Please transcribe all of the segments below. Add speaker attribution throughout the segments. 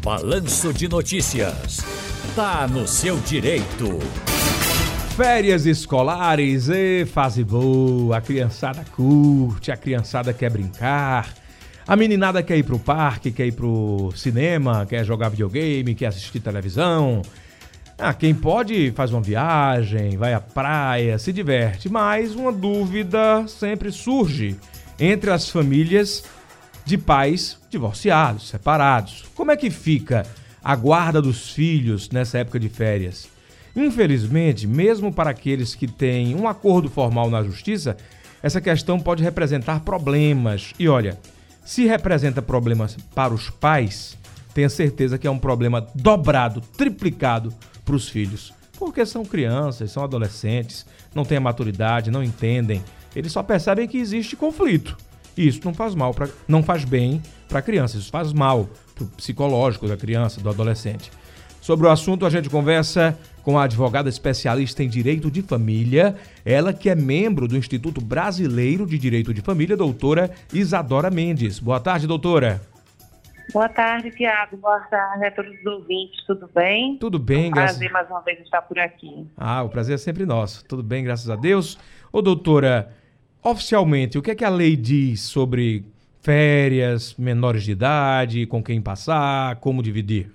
Speaker 1: Balanço de Notícias. Tá no seu direito.
Speaker 2: Férias escolares, fase boa, a criançada curte, a criançada quer brincar, a meninada quer ir pro parque, quer ir pro cinema, quer jogar videogame, quer assistir televisão. Quem pode faz uma viagem, vai à praia, se diverte, mas uma dúvida sempre surge entre as famílias de pais divorciados, separados. Como é que fica a guarda dos filhos nessa época de férias? Infelizmente, mesmo para aqueles que têm um acordo formal na justiça, essa questão pode representar problemas. E olha, se representa problemas para os pais, tenha certeza que é um problema dobrado, triplicado para os filhos. Porque são crianças, são adolescentes, não têm a maturidade, não entendem. Eles só percebem que existe conflito. E isso não faz bem para a criança, isso faz mal para o psicológico da criança, do adolescente. Sobre o assunto, a gente conversa com a advogada especialista em Direito de Família, ela que é membro do Instituto Brasileiro de Direito de Família, doutora Isadora Mendes. Boa tarde, doutora.
Speaker 3: Boa tarde, Tiago. Boa tarde a todos os ouvintes. Tudo bem?
Speaker 2: Tudo bem,
Speaker 3: graças a Deus. Prazer mais uma vez estar por aqui.
Speaker 2: O prazer é sempre nosso. Tudo bem, graças a Deus. Ô, doutora, oficialmente, o que é que a lei diz sobre férias, menores de idade, com quem passar, como dividir?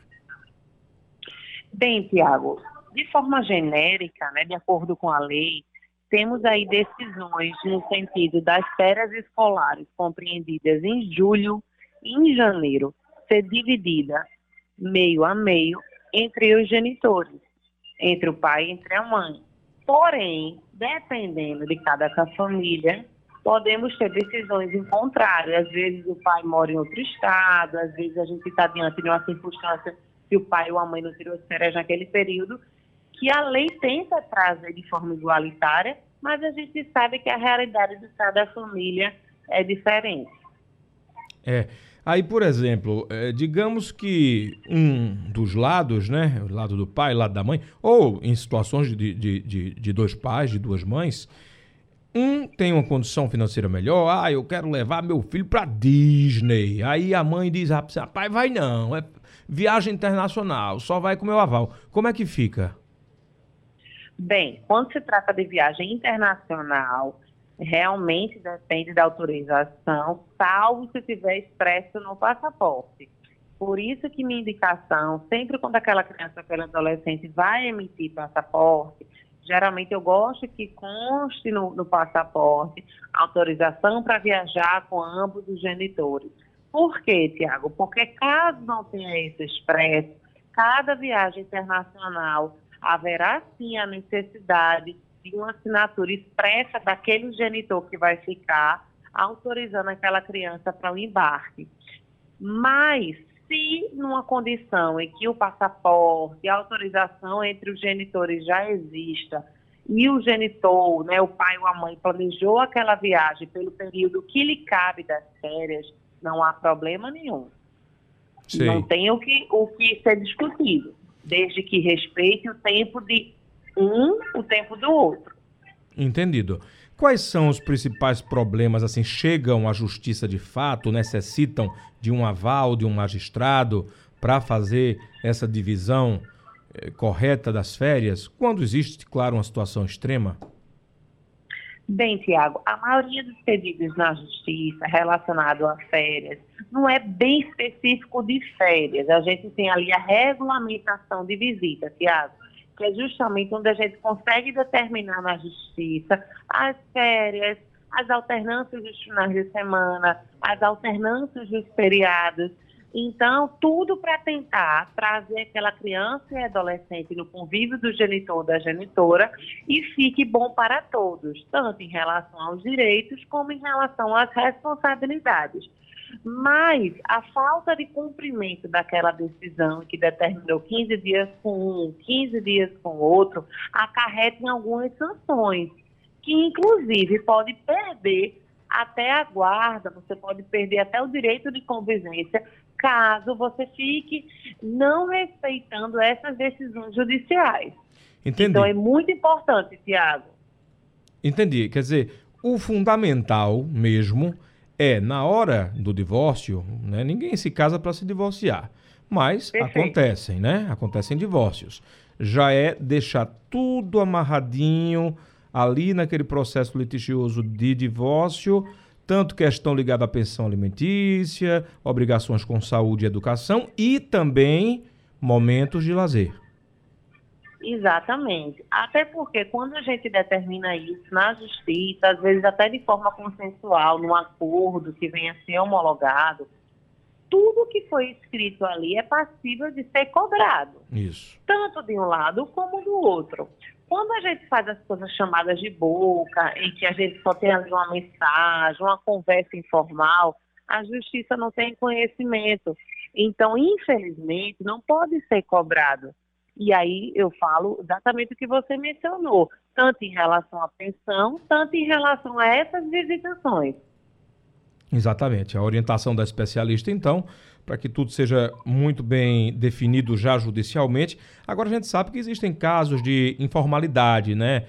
Speaker 3: Bem, Tiago, de forma genérica, de acordo com a lei, temos aí decisões no sentido das férias escolares compreendidas em julho e em janeiro ser dividida meio a meio entre os genitores, entre o pai e entre a mãe. Porém, dependendo de cada família, podemos ter decisões em contrário. Às vezes o pai mora em outro estado, às vezes a gente está diante de uma circunstância que o pai ou a mãe não tirou as férias naquele período, que a lei tenta trazer de forma igualitária, mas a gente sabe que a realidade de cada família é diferente.
Speaker 2: Aí, por exemplo, digamos que um dos lados, o lado do pai, o lado da mãe, ou em situações de dois pais, de duas mães, um tem uma condição financeira melhor, eu quero levar meu filho pra Disney. Aí a mãe diz, rapaz, vai não, é viagem internacional, só vai com meu aval. Como é que fica?
Speaker 3: Bem, quando se trata de viagem internacional, realmente depende da autorização, salvo se tiver expresso no passaporte. Por isso que minha indicação, sempre quando aquela criança, aquele adolescente vai emitir passaporte, geralmente eu gosto que conste no passaporte autorização para viajar com ambos os genitores. Por quê, Tiago? Porque caso não tenha isso expresso, cada viagem internacional haverá sim a necessidade de uma assinatura expressa daquele genitor que vai ficar autorizando aquela criança para o embarque. Mas, se numa condição em que o passaporte e a autorização entre os genitores já exista e o genitor, o pai ou a mãe, planejou aquela viagem pelo período que lhe cabe das férias, não há problema nenhum.
Speaker 2: Sim.
Speaker 3: Não tem o que ser discutido, desde que respeite o tempo de o tempo do outro.
Speaker 2: Entendido. Quais são os principais problemas, chegam à justiça de fato, necessitam de um aval de um magistrado para fazer essa divisão correta das férias, quando existe, claro, uma situação extrema?
Speaker 3: Bem, Tiago, a maioria dos pedidos na justiça relacionado a férias não é bem específico de férias. A gente tem ali a regulamentação de visita, Tiago, que é justamente onde a gente consegue determinar na justiça as férias, as alternâncias dos finais de semana, as alternâncias dos feriados. Então, tudo para tentar trazer aquela criança e adolescente no convívio do genitor ou da genitora e fique bom para todos, tanto em relação aos direitos como em relação às responsabilidades. Mas a falta de cumprimento daquela decisão que determinou 15 dias com um, 15 dias com o outro, acarreta em algumas sanções, que inclusive pode perder até a guarda, você pode perder até o direito de convivência, caso você fique não respeitando essas decisões judiciais.
Speaker 2: Entendi.
Speaker 3: Então é muito importante, Tiago.
Speaker 2: Entendi. Quer dizer, o fundamental mesmo é, na hora do divórcio, ninguém se casa para se divorciar, Mas
Speaker 3: Perfeito.
Speaker 2: acontecem, né? Acontecem divórcios. Já é deixar tudo amarradinho ali naquele processo litigioso de divórcio, tanto questão ligada à pensão alimentícia, obrigações com saúde e educação e também momentos de lazer.
Speaker 3: Exatamente. Até porque quando a gente determina isso na justiça, às vezes até de forma consensual, num acordo que venha a ser homologado, tudo que foi escrito ali é passível de ser cobrado.
Speaker 2: Isso.
Speaker 3: Tanto de um lado como do outro. Quando a gente faz as coisas chamadas de boca, em que a gente só tem ali uma mensagem, uma conversa informal, a justiça não tem conhecimento. Então, infelizmente, não pode ser cobrado. E aí eu falo exatamente o que você mencionou, tanto em relação à pensão, tanto em relação a essas visitações.
Speaker 2: Exatamente. A orientação da especialista, então, para que tudo seja muito bem definido já judicialmente. Agora a gente sabe que existem casos de informalidade, né?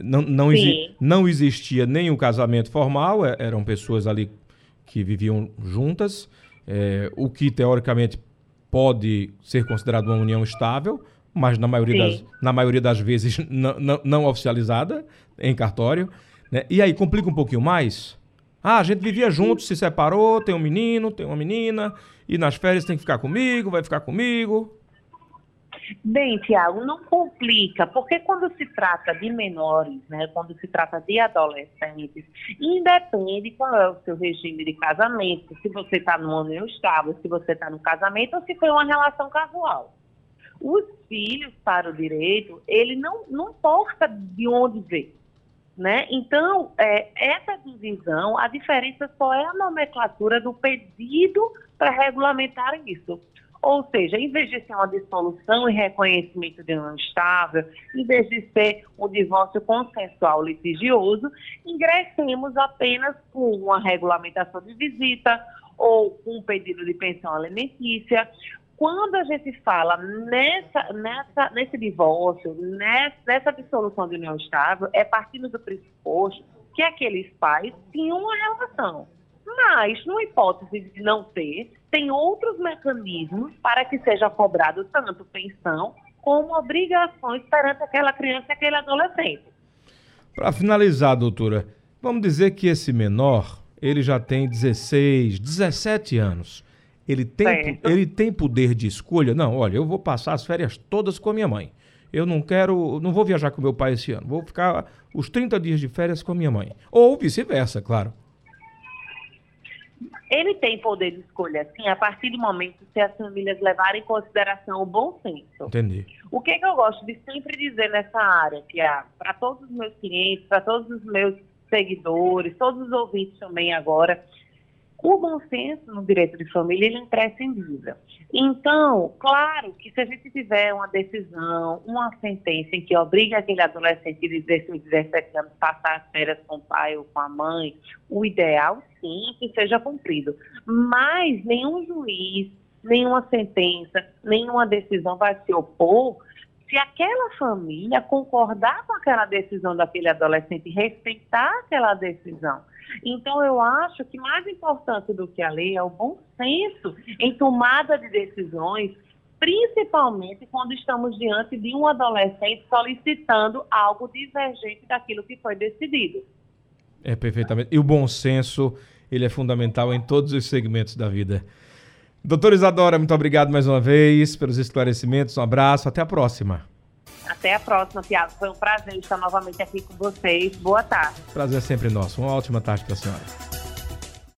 Speaker 2: Não existia nenhum casamento formal, eram pessoas ali que viviam juntas, o que teoricamente pode ser considerado uma união estável, mas na maioria das vezes não oficializada em cartório, né? E aí complica um pouquinho mais. A gente vivia junto, se separou, tem um menino, tem uma menina, e nas férias tem que ficar comigo, vai ficar comigo.
Speaker 3: Bem, Tiago, não complica, porque quando se trata de menores, né, quando se trata de adolescentes, independe qual é o seu regime de casamento, se você está numa união estável, se você está no casamento ou se foi uma relação casual. Os filhos, para o direito, ele não importa de onde veio. Né? Então, essa divisão, a diferença só é a nomenclatura do pedido para regulamentar isso. Ou seja, em vez de ser uma dissolução e reconhecimento de união estável, em vez de ser um divórcio consensual litigioso, ingressemos apenas com uma regulamentação de visita ou com um pedido de pensão alimentícia. Quando a gente fala nesse divórcio, nessa dissolução de união estável, é partindo do pressuposto que aqueles pais tinham uma relação. Mas, numa hipótese de não ter, tem outros mecanismos para que seja cobrado tanto pensão como obrigações perante aquela criança e aquele adolescente.
Speaker 2: Para finalizar, doutora, vamos dizer que esse menor, ele já tem 16, 17 anos. Ele tem poder de escolha? Não, olha, eu vou passar as férias todas com a minha mãe. Eu não vou viajar com meu pai esse ano. Vou ficar os 30 dias de férias com a minha mãe. Ou vice-versa, claro.
Speaker 3: Ele tem poder de escolha, sim, a partir do momento que as famílias levarem em consideração o bom senso.
Speaker 2: Entendi.
Speaker 3: O que eu gosto de sempre dizer nessa área, Tiago, para todos os meus clientes, para todos os meus seguidores, todos os ouvintes também agora, o bom senso no direito de família, ele é imprescindível. Então, claro que se a gente tiver uma decisão, uma sentença em que obriga aquele adolescente de 16, 17 anos a passar as férias com o pai ou com a mãe, o ideal, sim, que seja cumprido. Mas nenhum juiz, nenhuma sentença, nenhuma decisão vai se opor se aquela família concordar com aquela decisão daquele adolescente e respeitar aquela decisão. Então, eu acho que mais importante do que a lei é o bom senso em tomada de decisões, principalmente quando estamos diante de um adolescente solicitando algo divergente daquilo que foi decidido.
Speaker 2: Perfeitamente. E o bom senso, ele é fundamental em todos os segmentos da vida. Doutora Isadora, muito obrigado mais uma vez pelos esclarecimentos. Um abraço, até a próxima.
Speaker 3: Até a próxima, Tiago. Foi um prazer estar novamente aqui com vocês. Boa tarde.
Speaker 2: Prazer é sempre nosso. Uma ótima tarde para a senhora.